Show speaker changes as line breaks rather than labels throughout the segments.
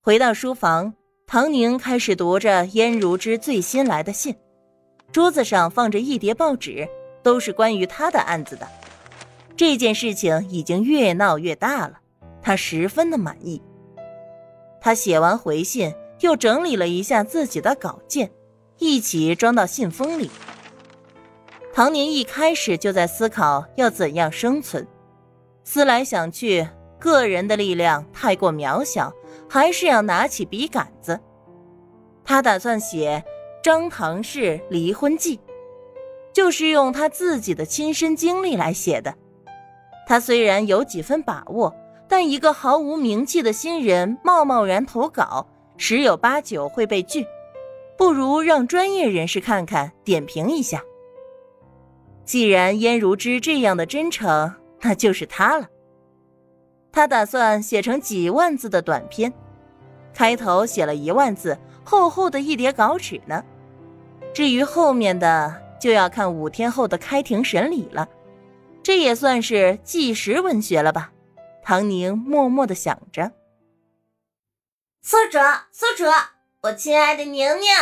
回到书房，唐宁开始读着燕如之最新来的信，桌子上放着一叠报纸，都是关于他的案子的。这件事情已经越闹越大了，他十分的满意。他写完回信，又整理了一下自己的稿件，一起装到信封里。唐宁一开始就在思考要怎样生存，思来想去，个人的力量太过渺小，还是要拿起笔杆子。他打算写张唐氏离婚记，就是用他自己的亲身经历来写的。他虽然有几分把握，但一个毫无名气的新人贸然投稿，十有八九会被拒，不如让专业人士看看，点评一下。既然燕如之这样的真诚，那就是他了。他打算写成几万字的短篇，开头写了1万字，厚厚的一叠稿纸呢。至于后面的，就要看5天后的开庭审理了。这也算是纪实文学了吧？唐宁默默地想着。
宿主，我亲爱的宁宁。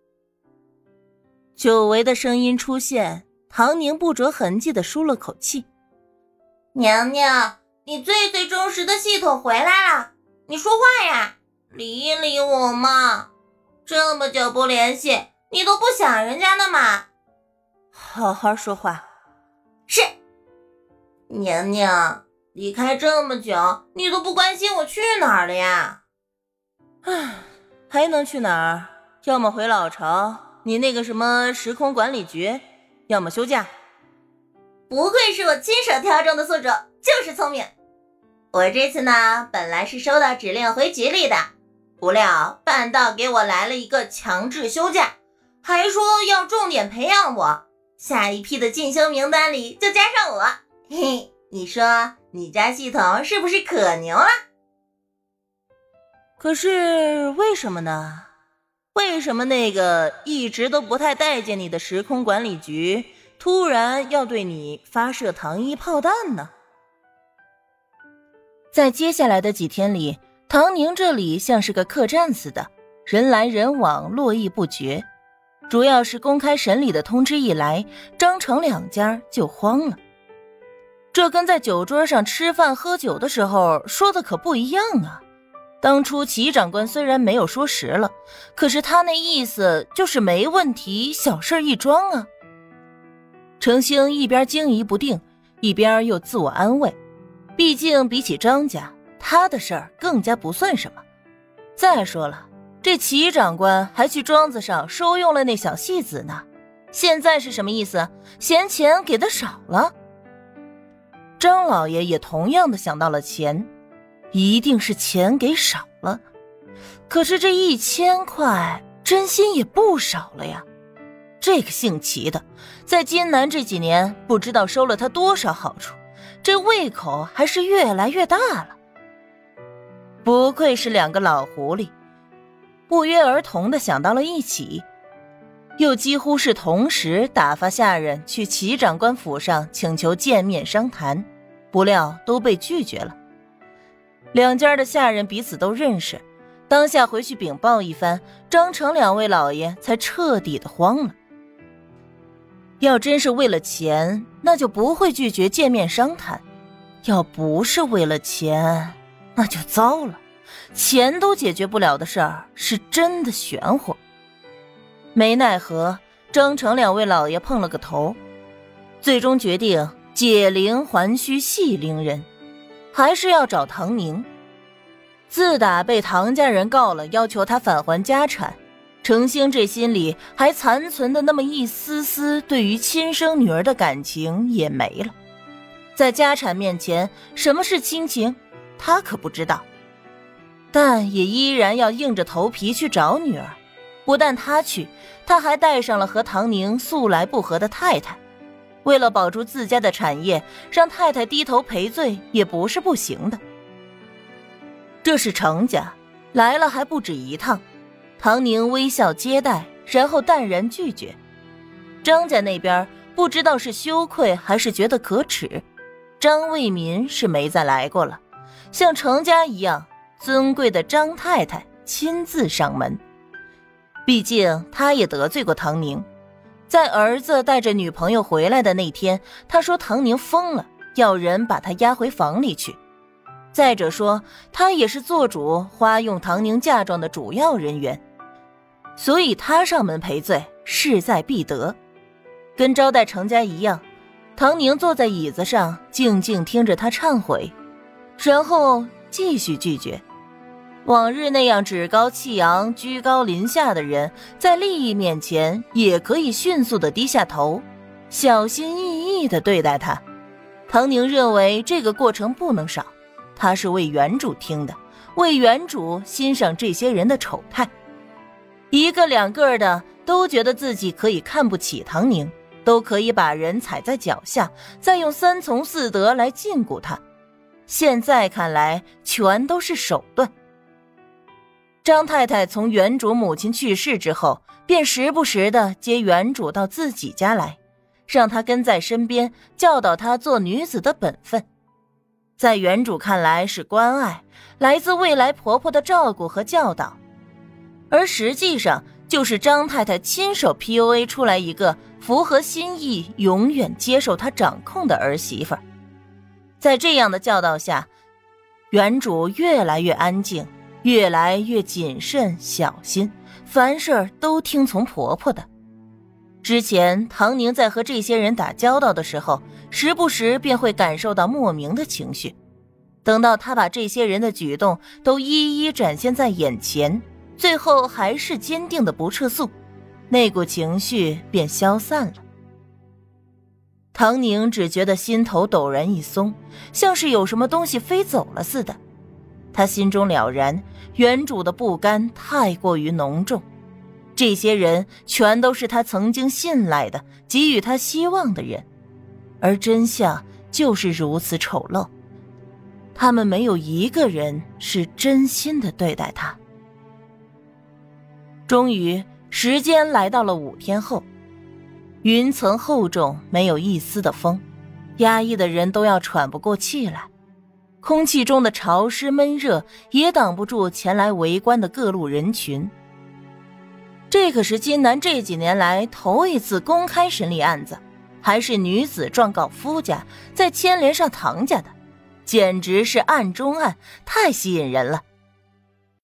久违的声音出现，唐宁不着痕迹地舒了口气。
宁宁，你最忠实的系统回来了，你说话呀，理一理我嘛。这么久不联系，你都不想人家的嘛？
好好说话。
是。宁宁，离开这么久，你都不关心我去哪儿了呀？
唉，还能去哪儿？要么回老巢，你那个什么时空管理局，要么休假。
不愧是我亲手挑中的宿主，就是聪明。我这次呢，本来是收到指令回局里的，不料半道给我来了一个强制休假，还说要重点培养我，下一批的进修名单里就加上我。嘿嘿，你说你家系统是不是可牛了？
可是为什么呢？为什么那个一直都不太待见你的时空管理局突然要对你发射糖衣炮弹呢？在接下来的几天里，唐宁这里像是个客栈似的，人来人往，络绎不绝。主要是公开审理的通知一来，张程2家就慌了。这跟在酒桌上吃饭喝酒的时候说的可不一样啊。当初齐长官虽然没有说实了，可是他那意思就是没问题，小事一桩啊。程兴一边惊疑不定，一边又自我安慰，毕竟比起张家，他的事儿更加不算什么。再说了，这齐长官还去庄子上收用了那小戏子呢，现在是什么意思？嫌钱给的少了？张老爷也同样的想到了钱，一定是钱给少了。可是这1000块真心也不少了呀。这个姓齐的在金南这几年不知道收了他多少好处，这胃口还是越来越大了。不愧是2个老狐狸，不约而同地想到了一起，又几乎是同时打发下人去齐长官府上请求见面商谈，不料都被拒绝了。2家的下人彼此都认识，当下回去禀报一番，张程2位老爷才彻底的慌了。要真是为了钱，那就不会拒绝见面商谈；要不是为了钱，那就糟了。钱都解决不了的事儿，是真的玄乎。没奈何，张程2位老爷碰了个头，最终决定解铃还须系铃人，还是要找唐宁。自打被唐家人告了，要求他返还家产，程兴这心里还残存的那么一丝丝对于亲生女儿的感情也没了。在家产面前，什么是亲情，他可不知道，但也依然要硬着头皮去找女儿。不但他去，他还带上了和唐宁素来不和的太太。为了保住自家的产业，让太太低头赔罪也不是不行的。这是程家，来了还不止一趟。唐宁微笑接待，然后淡然拒绝。张家那边不知道是羞愧还是觉得可耻，张卫民是没再来过了。像程家一样尊贵的张太太亲自上门。毕竟他也得罪过唐宁，在儿子带着女朋友回来的那天，他说唐宁疯了，要人把他押回房里去。再者说，他也是做主花用唐宁嫁妆的主要人员，所以他上门赔罪势在必得。跟招待成家一样，唐宁坐在椅子上静静听着他忏悔，然后继续拒绝。往日那样趾高气扬居高临下的人，在利益面前也可以迅速地低下头，小心翼翼地对待他。唐宁认为这个过程不能少，他是为原主听的，为原主欣赏这些人的丑态。一个两个的都觉得自己可以看不起唐宁，都可以把人踩在脚下，再用三从四德来禁锢他。现在看来全都是手段。张太太从原主母亲去世之后，便时不时地接原主到自己家来，让她跟在身边，教导她做女子的本分。在原主看来是关爱，来自未来婆婆的照顾和教导，而实际上就是张太太亲手 PUA 出来一个符合心意、永远接受她掌控的儿媳妇。在这样的教导下，原主越来越安静，越来越谨慎小心，凡事都听从婆婆的。之前唐宁在和这些人打交道的时候，时不时便会感受到莫名的情绪，等到她把这些人的举动都一一展现在眼前，最后还是坚定的不撤诉，那股情绪便消散了。唐宁只觉得心头陡然一松，像是有什么东西飞走了似的。他心中了然，原主的不甘太过于浓重，这些人全都是他曾经信赖的，给予他希望的人，而真相就是如此丑陋。他们没有一个人是真心的对待他。终于，时间来到了5天后，云层厚重，没有一丝的风，压抑的人都要喘不过气来。空气中的潮湿闷热也挡不住前来围观的各路人群。这可是金南这几年来头一次公开审理案子，还是女子状告夫家，再牵连上唐家的，简直是案中案，太吸引人了。